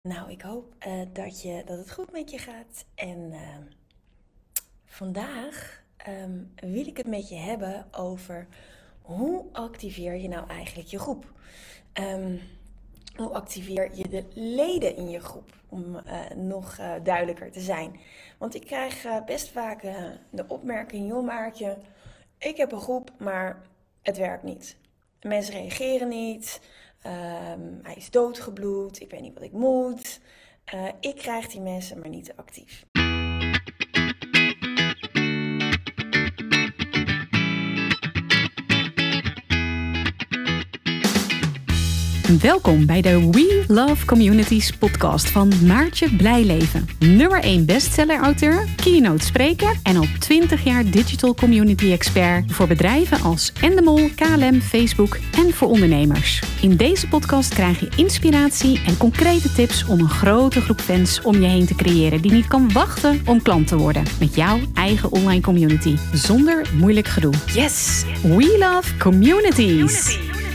Nou, ik hoop dat het goed met je gaat. En vandaag wil ik het met je hebben over hoe activeer je nou eigenlijk je groep? Ehm, Hoe activeer je de leden in je groep? Om nog duidelijker te zijn. Want ik krijg best vaak de opmerking: joh Maartje, ik heb een groep, maar het werkt niet. Mensen reageren niet. Hij is doodgebloed. Ik weet niet wat ik moet. Ik krijg die mensen maar niet actief. Welkom bij de We Love Communities podcast van Maartje Blijleven. Nummer 1 bestseller-auteur, keynote spreker en al 20 jaar digital community expert voor bedrijven als Endemol, KLM, Facebook en voor ondernemers. In deze podcast krijg je inspiratie en concrete tips om een grote groep fans om je heen te creëren die niet kan wachten om klant te worden met jouw eigen online community zonder moeilijk gedoe. Yes! We Love Communities!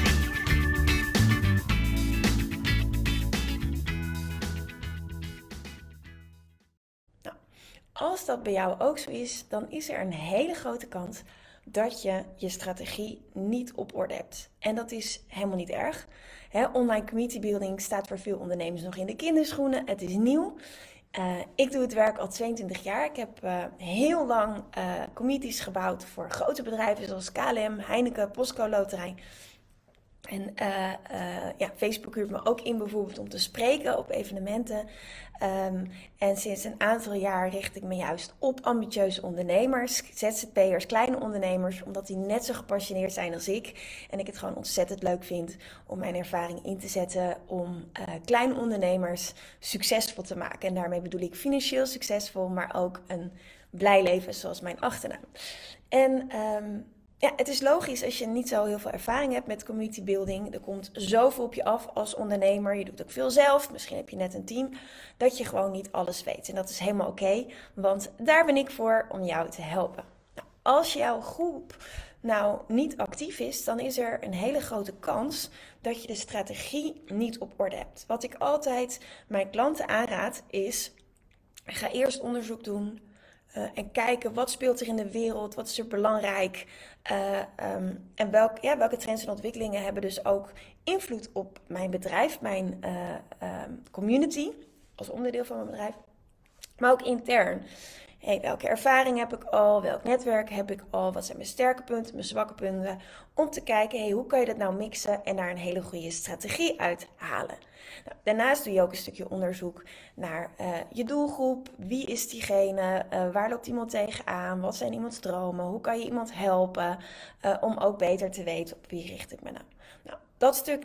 Nou, als dat bij jou ook zo is, dan is er een hele grote kans dat je je strategie niet op orde hebt. En dat is helemaal niet erg. Online community building staat voor veel ondernemers nog in de kinderschoenen. Het is nieuw. Ik doe het werk al 22 jaar. Ik heb heel lang communities gebouwd voor grote bedrijven zoals KLM, Heineken, Postco Loterij. En Facebook huurt me ook in bijvoorbeeld om te spreken op evenementen. En sinds een aantal jaar richt ik me juist op ambitieuze ondernemers, ZZP'ers, kleine ondernemers, omdat die net zo gepassioneerd zijn als ik. En ik het gewoon ontzettend leuk vind om mijn ervaring in te zetten om kleine ondernemers succesvol te maken. En daarmee bedoel ik financieel succesvol, maar ook een blij leven zoals mijn achternaam. En het is logisch als je niet zo heel veel ervaring hebt met community building. Er komt zoveel op je af als ondernemer. Je doet ook veel zelf. Misschien heb je net een team. Dat je gewoon niet alles weet. En dat is helemaal oké, want daar ben ik voor om jou te helpen. Nou, als jouw groep nou niet actief is, dan is er een hele grote kans dat je de strategie niet op orde hebt. Wat ik altijd mijn klanten aanraad is: ga eerst onderzoek doen. En kijken wat speelt er in de wereld, wat is er belangrijk. En welke trends en ontwikkelingen hebben dus ook invloed op mijn bedrijf, mijn community, als onderdeel van mijn bedrijf. Maar ook intern. Hey, welke ervaring heb ik al? Welk netwerk heb ik al? Wat zijn mijn sterke punten, mijn zwakke punten? Om te kijken, hoe kan je dat nou mixen en daar een hele goede strategie uit halen? Nou, daarnaast doe je ook een stukje onderzoek naar je doelgroep. Wie is diegene? Waar loopt iemand tegenaan? Wat zijn iemands dromen? Hoe kan je iemand helpen? Om ook beter te weten op wie richt ik me nou. Nou, dat stuk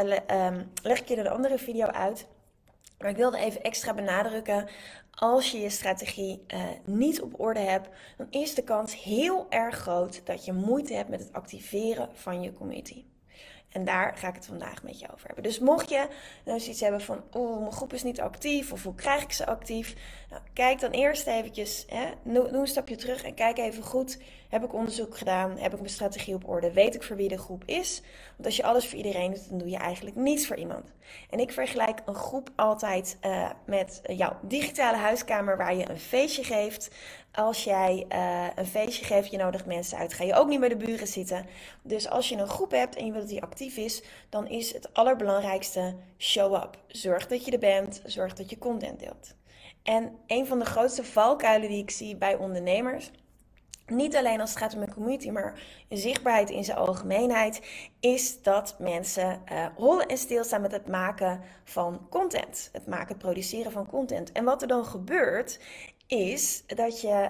leg ik je in een andere video uit. Maar ik wilde even extra benadrukken: als je je strategie niet op orde hebt, dan is de kans heel erg groot dat je moeite hebt met het activeren van je community. En daar ga ik het vandaag met je over hebben. Dus mocht je nou zoiets hebben van: oh, mijn groep is niet actief, of hoe krijg ik ze actief? Nou, kijk dan eerst eventjes, doe een stapje terug en kijk even goed. Heb ik onderzoek gedaan? Heb ik mijn strategie op orde? Weet ik voor wie de groep is? Want als je alles voor iedereen doet, dan doe je eigenlijk niets voor iemand. En ik vergelijk een groep altijd met jouw digitale huiskamer waar je een feestje geeft. Als jij een feestje geeft, je nodigt mensen uit, ga je ook niet bij de buren zitten. Dus als je een groep hebt en je wilt dat die actief is, dan is het allerbelangrijkste: show up. Zorg dat je er bent, zorg dat je content deelt. En een van de grootste valkuilen die ik zie bij ondernemers, niet alleen als het gaat om een community, maar zichtbaarheid in zijn algemeenheid, is dat mensen hollen en stilstaan met het maken van content. Het produceren van content. En wat er dan gebeurt, is dat je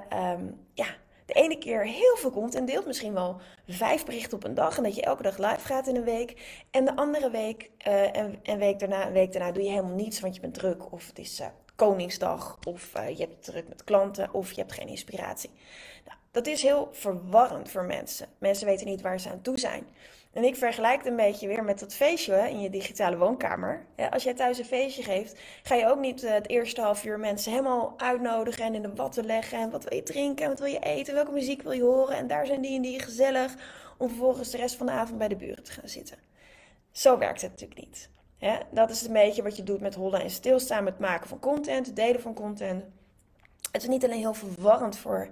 de ene keer heel veel content deelt, misschien wel 5 berichten op een dag, en dat je elke dag live gaat in een week. En de andere week, een week daarna doe je helemaal niets, want je bent druk, of het is Koningsdag, of je hebt het druk met klanten, of je hebt geen inspiratie. Nou, dat is heel verwarrend voor mensen. Mensen weten niet waar ze aan toe zijn. En ik vergelijk het een beetje weer met dat feestje in je digitale woonkamer. Ja, als jij thuis een feestje geeft, ga je ook niet het eerste half uur mensen helemaal uitnodigen en in de watten leggen. En wat wil je drinken en wat wil je eten, welke muziek wil je horen. En daar zijn die en die gezellig, om vervolgens de rest van de avond bij de buren te gaan zitten. Zo werkt het natuurlijk niet. Dat is een beetje wat je doet met hollen en stilstaan, met het maken van content, het delen van content. Het is niet alleen heel verwarrend voor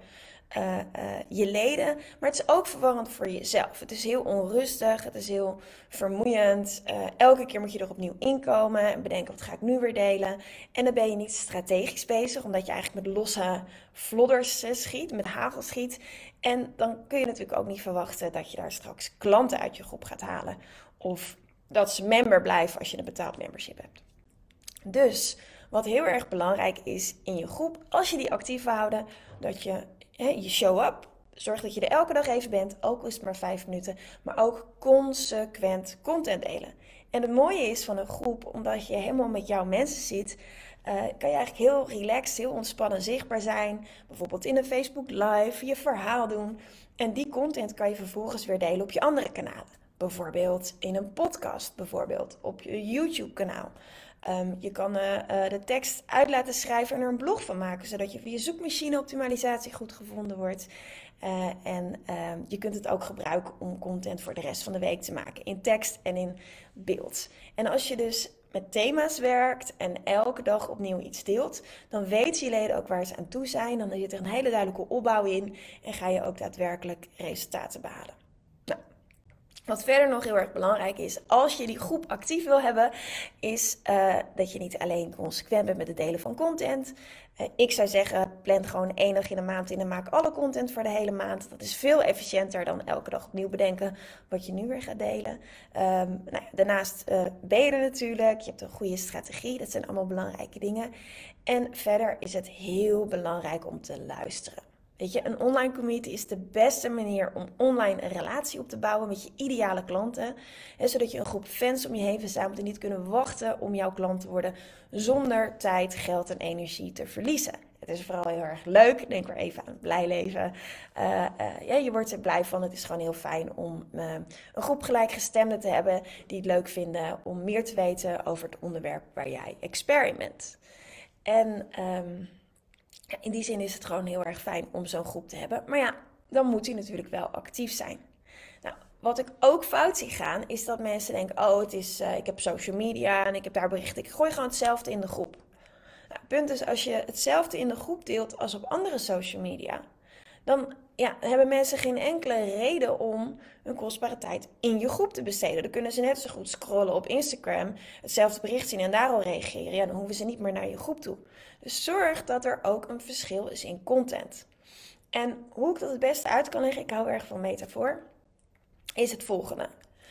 je leden, maar het is ook verwarrend voor jezelf. Het is heel onrustig, het is heel vermoeiend. Elke keer moet je er opnieuw inkomen en bedenken, wat ga ik nu weer delen? En dan ben je niet strategisch bezig, omdat je eigenlijk met losse vlodders schiet, met hagel schiet. En dan kun je natuurlijk ook niet verwachten dat je daar straks klanten uit je groep gaat halen. Of dat ze member blijven als je een betaald membership hebt. Dus wat heel erg belangrijk is in je groep, als je die actief wil houden, dat je show up, zorg dat je er elke dag even bent, ook al is het maar 5 minuten, maar ook consequent content delen. En het mooie is van een groep, omdat je helemaal met jouw mensen zit, kan je eigenlijk heel relaxed, heel ontspannen zichtbaar zijn. Bijvoorbeeld in een Facebook live, je verhaal doen. En die content kan je vervolgens weer delen op je andere kanalen. Bijvoorbeeld in een podcast, bijvoorbeeld op je YouTube kanaal. Je kan de tekst uit laten schrijven en er een blog van maken, zodat je via zoekmachine optimalisatie goed gevonden wordt. Je kunt het ook gebruiken om content voor de rest van de week te maken, in tekst en in beeld. En als je dus met thema's werkt en elke dag opnieuw iets deelt, dan weten je leden ook waar ze aan toe zijn. Dan zit er een hele duidelijke opbouw in en ga je ook daadwerkelijk resultaten behalen. Wat verder nog heel erg belangrijk is, als je die groep actief wil hebben, is dat je niet alleen consequent bent met het delen van content. Ik zou zeggen, plan gewoon 1 dag in de maand in en maak alle content voor de hele maand. Dat is veel efficiënter dan elke dag opnieuw bedenken wat je nu weer gaat delen. Daarnaast ben je er natuurlijk, je hebt een goede strategie, dat zijn allemaal belangrijke dingen. En verder is het heel belangrijk om te luisteren. Weet je, een online community is de beste manier om online een relatie op te bouwen met je ideale klanten. Zodat je een groep fans om je heen verzamelt die niet kunnen wachten om jouw klant te worden zonder tijd, geld en energie te verliezen. Het is vooral heel erg leuk. Denk weer even aan het blijleven. Je wordt er blij van. Het is gewoon heel fijn om een groep gelijkgestemden te hebben die het leuk vinden om meer te weten over het onderwerp waar jij expert in bent. En in die zin is het gewoon heel erg fijn om zo'n groep te hebben. Maar ja, dan moet hij natuurlijk wel actief zijn. Nou, wat ik ook fout zie gaan, is dat mensen denken, ik heb social media en ik heb daar berichten. Ik gooi gewoon hetzelfde in de groep. Nou, het punt is, als je hetzelfde in de groep deelt als op andere social media, dan hebben mensen geen enkele reden om hun kostbare tijd in je groep te besteden. Dan kunnen ze net zo goed scrollen op Instagram, hetzelfde bericht zien en daar al reageren. Ja, dan hoeven ze niet meer naar je groep toe. Dus zorg dat er ook een verschil is in content. En hoe ik dat het beste uit kan leggen, ik hou erg van metafoor, is het volgende.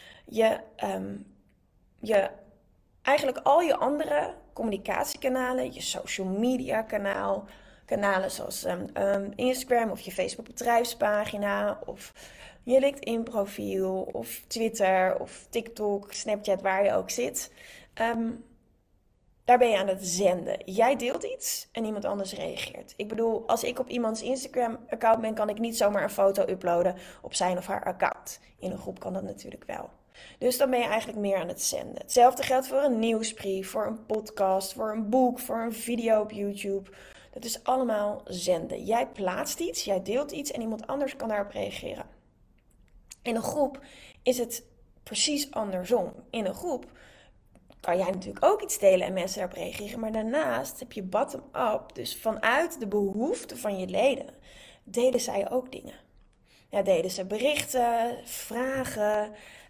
Eigenlijk al je andere communicatiekanalen, je social media kanalen zoals Instagram of je Facebook bedrijfspagina of je LinkedIn profiel of Twitter of TikTok, Snapchat, waar je ook zit. Daar ben je aan het zenden. Jij deelt iets en iemand anders reageert. Ik bedoel, als ik op iemands Instagram-account ben, kan ik niet zomaar een foto uploaden op zijn of haar account. In een groep kan dat natuurlijk wel. Dus dan ben je eigenlijk meer aan het zenden. Hetzelfde geldt voor een nieuwsbrief, voor een podcast, voor een boek, voor een video op YouTube. Dat is allemaal zenden. Jij plaatst iets, jij deelt iets en iemand anders kan daarop reageren. In een groep is het precies andersom. In een groep kan jij natuurlijk ook iets delen en mensen daarop reageren. Maar daarnaast heb je bottom-up, dus vanuit de behoeften van je leden, delen zij ook dingen. Ja, delen ze berichten, vragen,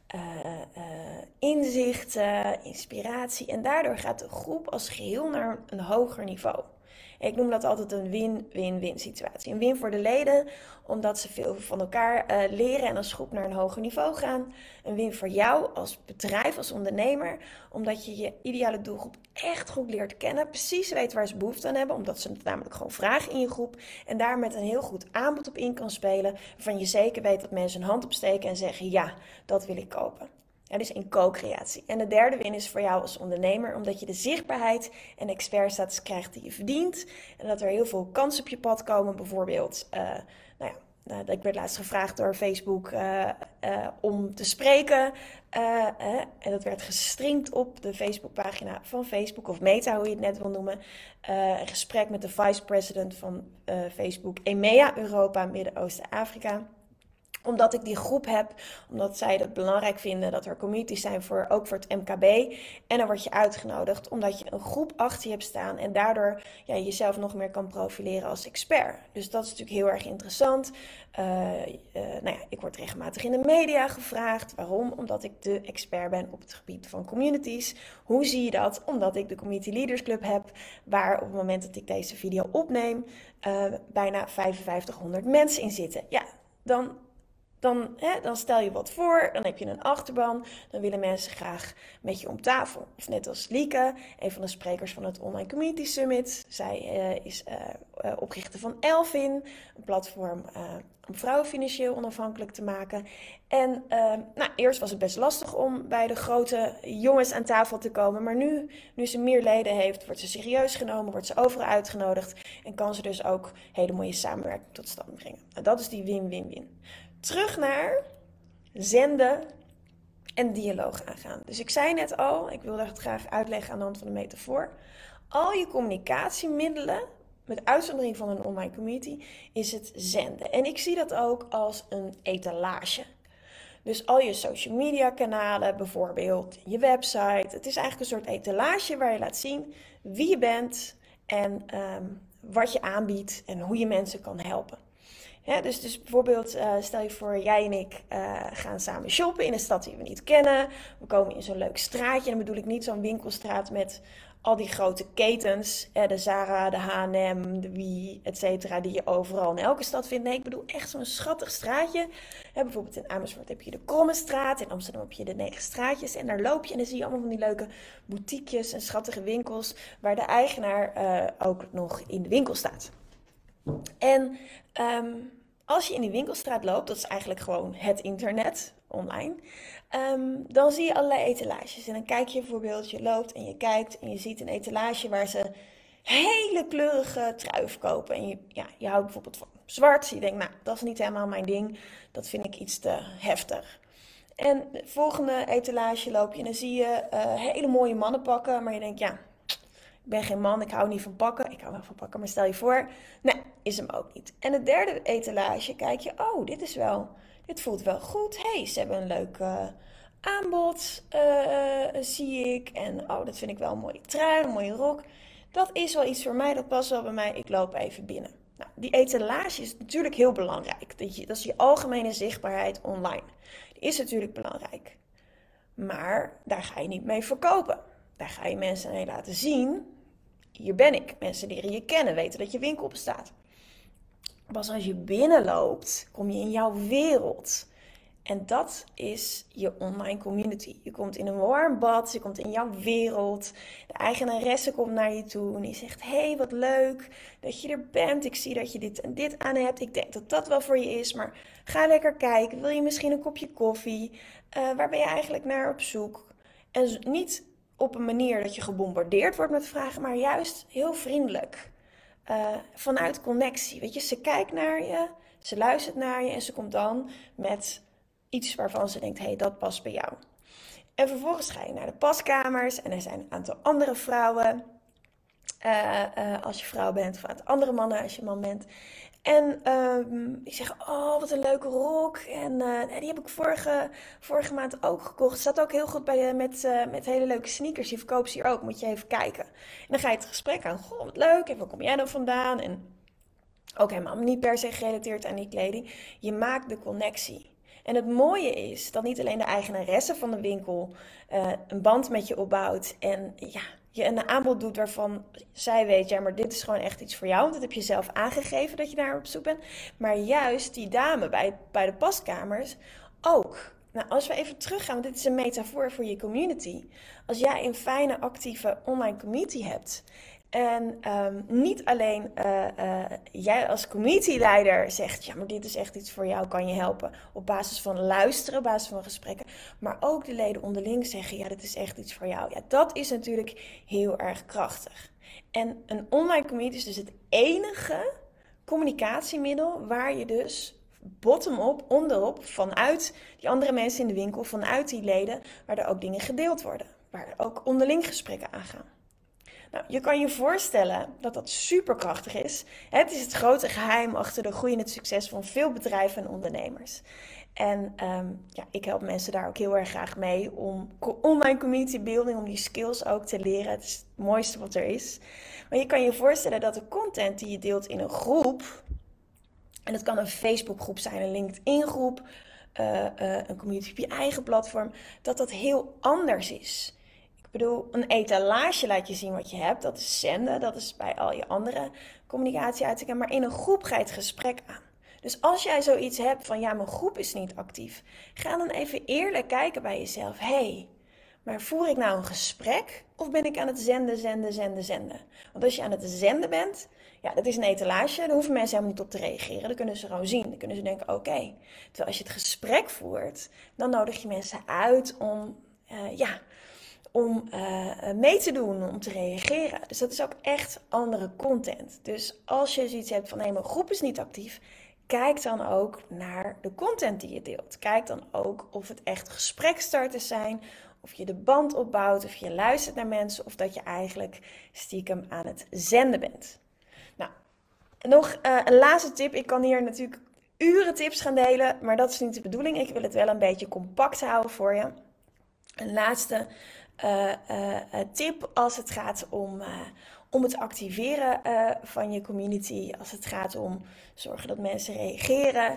inzichten, inspiratie. En daardoor gaat de groep als geheel naar een hoger niveau. Ik noem dat altijd een win-win-win situatie. Een win voor de leden, omdat ze veel van elkaar leren en als groep naar een hoger niveau gaan. Een win voor jou als bedrijf, als ondernemer, omdat je je ideale doelgroep echt goed leert kennen. Precies weet waar ze behoefte aan hebben, omdat ze het namelijk gewoon vragen in je groep. En daar met een heel goed aanbod op in kan spelen, waarvan je zeker weet dat mensen hun hand opsteken en zeggen, ja, dat wil ik kopen. Ja, dus in co-creatie. En de derde win is voor jou als ondernemer, omdat je de zichtbaarheid en expertstatus krijgt die je verdient. En dat er heel veel kansen op je pad komen. Bijvoorbeeld, ik werd laatst gevraagd door Facebook om te spreken. En dat werd gestreamd op de Facebookpagina van Facebook, of Meta, hoe je het net wil noemen. Een gesprek met de vice-president van Facebook, EMEA, Europa, Midden-Oosten, Afrika. Omdat ik die groep heb, omdat zij het belangrijk vinden dat er communities zijn ook voor het MKB. En dan word je uitgenodigd omdat je een groep achter je hebt staan en daardoor jezelf nog meer kan profileren als expert. Dus dat is natuurlijk heel erg interessant. Ik word regelmatig in de media gevraagd. Waarom? Omdat ik de expert ben op het gebied van communities. Hoe zie je dat? Omdat ik de Community Leaders Club heb, waar op het moment dat ik deze video opneem, bijna 5500 mensen in zitten. Ja, dan stel je wat voor, dan heb je een achterban, dan willen mensen graag met je om tafel. Of net als Lieke, een van de sprekers van het Online Community Summit. Zij is oprichter van Elvin, een platform om vrouwen financieel onafhankelijk te maken. En eerst was het best lastig om bij de grote jongens aan tafel te komen. Maar nu ze meer leden heeft, wordt ze serieus genomen, wordt ze overal uitgenodigd. En kan ze dus ook hele mooie samenwerking tot stand brengen. Nou, dat is die win-win-win. Terug naar zenden en dialoog aangaan. Dus ik zei net al, ik wil dat graag uitleggen aan de hand van de metafoor. Al je communicatiemiddelen, met uitzondering van een online community, is het zenden. En ik zie dat ook als een etalage. Dus al je social media kanalen, bijvoorbeeld je website. Het is eigenlijk een soort etalage waar je laat zien wie je bent en wat je aanbiedt en hoe je mensen kan helpen. Ja, dus bijvoorbeeld, stel je voor, jij en ik gaan samen shoppen in een stad die we niet kennen. We komen in zo'n leuk straatje. En dan bedoel ik niet zo'n winkelstraat met al die grote ketens. De Zara, de H&M, de Wie, et cetera, die je overal in elke stad vindt. Nee, ik bedoel echt zo'n schattig straatje. Bijvoorbeeld in Amersfoort heb je de Krommestraat. In Amsterdam heb je de 9 straatjes. En daar loop je en dan zie je allemaal van die leuke boutiquejes en schattige winkels. Waar de eigenaar ook nog in de winkel staat. En als je in die winkelstraat loopt, dat is eigenlijk gewoon het internet, online, dan zie je allerlei etalages. En dan kijk je bijvoorbeeld, je loopt en je kijkt en je ziet een etalage waar ze hele kleurige trui verkopen. En je houdt bijvoorbeeld van zwart. Je denkt, nou, dat is niet helemaal mijn ding. Dat vind ik iets te heftig. En de volgende etalage loop je en dan zie je hele mooie mannenpakken. Maar je denkt, ja, ik ben geen man, ik hou niet van pakken. Ik hou wel van pakken, maar stel je voor, nee, is hem ook niet. En het derde etalage kijk je, oh, dit voelt wel goed. Hey, ze hebben een leuk aanbod, zie ik. En oh, dat vind ik wel een mooie trui, een mooie rok. Dat is wel iets voor mij, dat past wel bij mij. Ik loop even binnen. Nou, die etalage is natuurlijk heel belangrijk. Dat is je algemene zichtbaarheid online. Die is natuurlijk belangrijk. Maar daar ga je niet mee verkopen. Daar ga je mensen mee laten zien. Hier ben ik. Mensen leren je kennen, weten dat je winkel bestaat. Pas als je binnenloopt, kom je in jouw wereld. En dat is je online community. Je komt in een warm bad, je komt in jouw wereld. De eigenaresse komt naar je toe en die zegt, hey, wat leuk dat je er bent. Ik zie dat je dit en dit aan hebt. Ik denk dat dat wel voor je is, maar ga lekker kijken. Wil je misschien een kopje koffie? Waar ben je eigenlijk naar op zoek? En niet op een manier dat je gebombardeerd wordt met vragen, maar juist heel vriendelijk. Vanuit connectie. Weet je, ze kijkt naar je, ze luistert naar je en ze komt dan met iets waarvan ze denkt, hey, dat past bij jou. En vervolgens ga je naar de paskamers en er zijn een aantal andere vrouwen. Als je vrouw bent, of andere mannen als je man bent. En die zeggen, oh, wat een leuke rok. En die heb ik vorige maand ook gekocht. Staat ook heel goed met hele leuke sneakers. Die verkoopt ze hier ook, moet je even kijken. En dan ga je het gesprek aan. Goh, wat leuk. En waar kom jij dan vandaan? En ook helemaal niet per se gerelateerd aan die kleding. Je maakt de connectie. En het mooie is dat niet alleen de eigenaresse van de winkel een band met je opbouwt. En ja, je een aanbod doet waarvan zij weet, ja, maar dit is gewoon echt iets voor jou. Want dat heb je zelf aangegeven dat je daar op zoek bent. Maar juist die dame bij de paskamers ook. Nou, als we even teruggaan, want dit is een metafoor voor je community. Als jij een fijne, actieve online community hebt. En niet alleen jij als communityleider zegt, ja, maar dit is echt iets voor jou, kan je helpen. Op basis van luisteren, op basis van gesprekken. Maar ook de leden onderling zeggen, ja, dit is echt iets voor jou. Ja, dat is natuurlijk heel erg krachtig. En een online community is dus het enige communicatiemiddel waar je dus bottom-up, onderop, vanuit die andere mensen in de winkel, vanuit die leden, waar er ook dingen gedeeld worden. Waar er ook onderling gesprekken aangaan. Nou, je kan je voorstellen dat dat superkrachtig is. Het is het grote geheim achter de groei en het succes van veel bedrijven en ondernemers. En ik help mensen daar ook heel erg graag mee om online community building, om die skills ook te leren. Het is het mooiste wat er is. Maar je kan je voorstellen dat de content die je deelt in een groep, en dat kan een Facebookgroep zijn, een LinkedIn groep, een community op je eigen platform, dat heel anders is. Ik bedoel, een etalage laat je zien wat je hebt, dat is zenden, dat is bij al je andere communicatieuitingen, maar in een groep ga je het gesprek aan. Dus als jij zoiets hebt van, ja, mijn groep is niet actief, ga dan even eerlijk kijken bij jezelf. Maar voer ik nou een gesprek of ben ik aan het zenden? Want als je aan het zenden bent, ja, dat is een etalage, daar hoeven mensen helemaal niet op te reageren. Dat kunnen ze gewoon zien, dan kunnen ze denken, oké. Terwijl als je het gesprek voert, dan nodig je mensen uit om mee te doen, om te reageren. Dus dat is ook echt andere content. Dus als je zoiets hebt van, mijn groep is niet actief, kijk dan ook naar de content die je deelt. Kijk dan ook of het echt gesprekstarters zijn, of je de band opbouwt, of je luistert naar mensen, of dat je eigenlijk stiekem aan het zenden bent. Nou, nog een laatste tip. Ik kan hier natuurlijk uren tips gaan delen, maar dat is niet de bedoeling. Ik wil het wel een beetje compact houden voor je. Een laatste tip als het gaat om het activeren van je community, als het gaat om zorgen dat mensen reageren,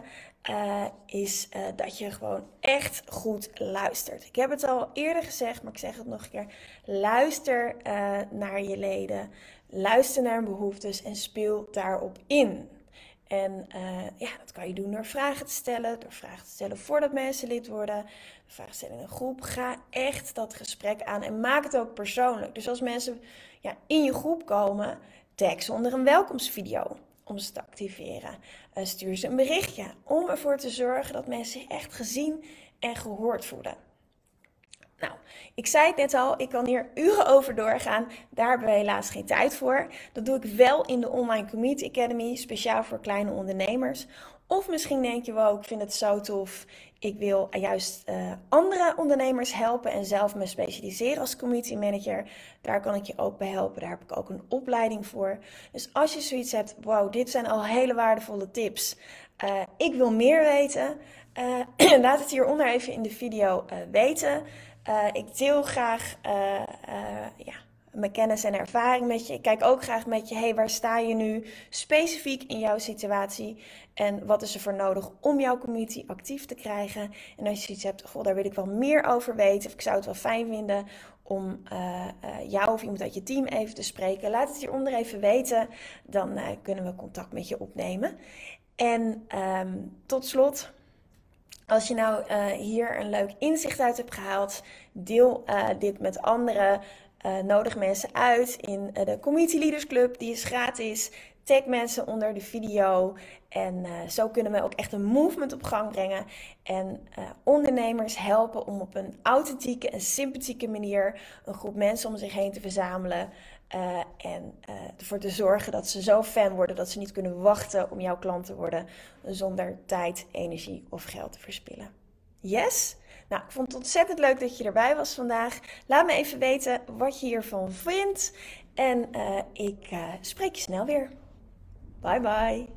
is dat je gewoon echt goed luistert. Ik heb het al eerder gezegd, maar ik zeg het nog een keer. Luister naar je leden, luister naar hun behoeftes en speel daarop in. En dat kan je doen door vragen te stellen voordat mensen lid worden. Vragen stellen in een groep. Ga echt dat gesprek aan en maak het ook persoonlijk. Dus als mensen in je groep komen, tag ze onder een welkomstvideo om ze te activeren. Stuur ze een berichtje om ervoor te zorgen dat mensen zich echt gezien en gehoord voelen. Nou, ik zei het net al, ik kan hier uren over doorgaan. Daar hebben we helaas geen tijd voor. Dat doe ik wel in de Online Community Academy, speciaal voor kleine ondernemers. Of misschien denk je wel, ik vind het zo tof. Ik wil juist andere ondernemers helpen en zelf me specialiseren als community manager. Daar kan ik je ook bij helpen. Daar heb ik ook een opleiding voor. Dus als je zoiets hebt, wow, dit zijn al hele waardevolle tips. Ik wil meer weten. Laat het hieronder even in de video weten. Ik deel graag mijn kennis en ervaring met je. Ik kijk ook graag met je, waar sta je nu specifiek in jouw situatie? En wat is er voor nodig om jouw community actief te krijgen? En als je iets hebt, daar wil ik wel meer over weten. Of ik zou het wel fijn vinden om jou of iemand uit je team even te spreken. Laat het hieronder even weten. Dan kunnen we contact met je opnemen. En tot slot, als je nou hier een leuk inzicht uit hebt gehaald, deel dit met anderen. Nodig mensen uit in de Community Leaders Club, die is gratis. Tag mensen onder de video en zo kunnen we ook echt een movement op gang brengen. En ondernemers helpen om op een authentieke en sympathieke manier een groep mensen om zich heen te verzamelen. En ervoor te zorgen dat ze zo fan worden dat ze niet kunnen wachten om jouw klant te worden zonder tijd, energie of geld te verspillen. Yes? Nou, ik vond het ontzettend leuk dat je erbij was vandaag. Laat me even weten wat je hiervan vindt. En ik spreek je snel weer. Bye bye.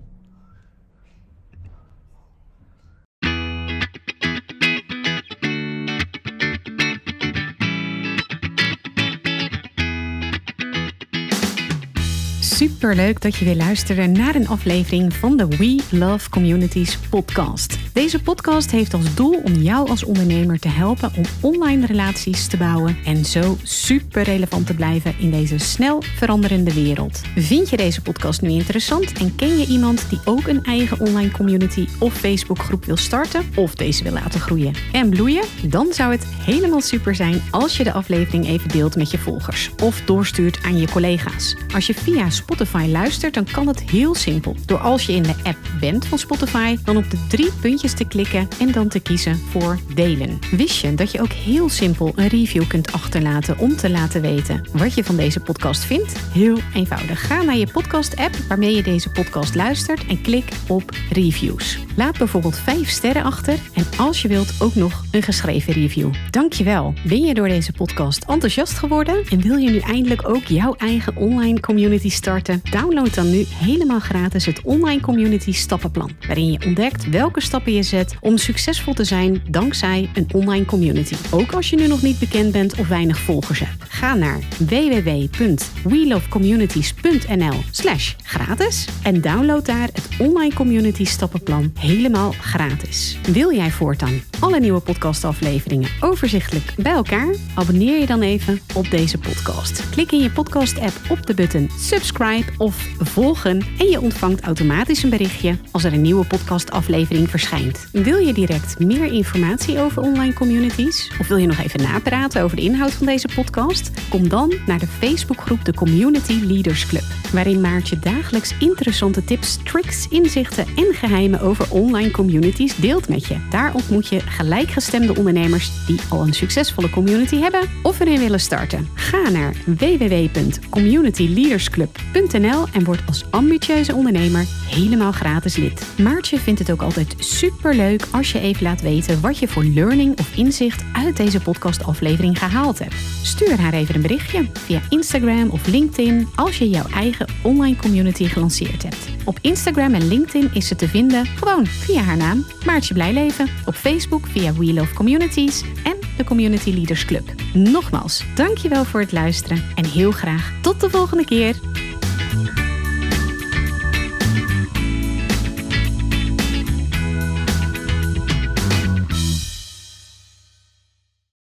Superleuk dat je weer luisterde naar een aflevering van de We Love Communities podcast. Deze podcast heeft als doel om jou als ondernemer te helpen om online relaties te bouwen en zo super relevant te blijven in deze snel veranderende wereld. Vind je deze podcast nu interessant en ken je iemand die ook een eigen online community of Facebookgroep wil starten of deze wil laten groeien en bloeien? Dan zou het helemaal super zijn als je de aflevering even deelt met je volgers of doorstuurt aan je collega's. Als je via Spotify luistert, dan kan het heel simpel. Door als je in de app bent van Spotify, dan op de 3 puntjes te klikken en dan te kiezen voor delen. Wist je dat je ook heel simpel een review kunt achterlaten om te laten weten wat je van deze podcast vindt? Heel eenvoudig. Ga naar je podcast-app waarmee je deze podcast luistert en klik op reviews. Laat bijvoorbeeld 5 sterren achter en als je wilt ook nog een geschreven review. Dankjewel. Ben je door deze podcast enthousiast geworden en wil je nu eindelijk ook jouw eigen online community starten? Download dan nu helemaal gratis het Online Community Stappenplan, waarin je ontdekt welke stappen je zet om succesvol te zijn dankzij een online community. Ook als je nu nog niet bekend bent of weinig volgers hebt. Ga naar www.welovecommunities.nl/gratis en download daar het Online Community Stappenplan helemaal gratis. Wil jij voortaan alle nieuwe podcastafleveringen overzichtelijk bij elkaar? Abonneer je dan even op deze podcast. Klik in je podcast-app op de button subscribe of volgen en je ontvangt automatisch een berichtje als er een nieuwe podcastaflevering verschijnt. Wil je direct meer informatie over online communities? Of wil je nog even napraten over de inhoud van deze podcast? Kom dan naar de Facebookgroep de Community Leaders Club, waarin Maartje dagelijks interessante tips, tricks, inzichten en geheimen over online communities deelt met je. Daar ontmoet je gelijkgestemde ondernemers die al een succesvolle community hebben of erin willen starten. Ga naar www.communityleadersclub.nl en word als ambitieuze ondernemer helemaal gratis lid. Maartje vindt het ook altijd superleuk als je even laat weten wat je voor learning of inzicht uit deze podcastaflevering gehaald hebt. Stuur haar even een berichtje via Instagram of LinkedIn als je jouw eigen online community gelanceerd hebt. Op Instagram en LinkedIn is ze te vinden gewoon via haar naam, Maartje Blijleven. Op Facebook via We Love Communities en de Community Leaders Club. Nogmaals, dankjewel voor het luisteren en heel graag tot de volgende keer.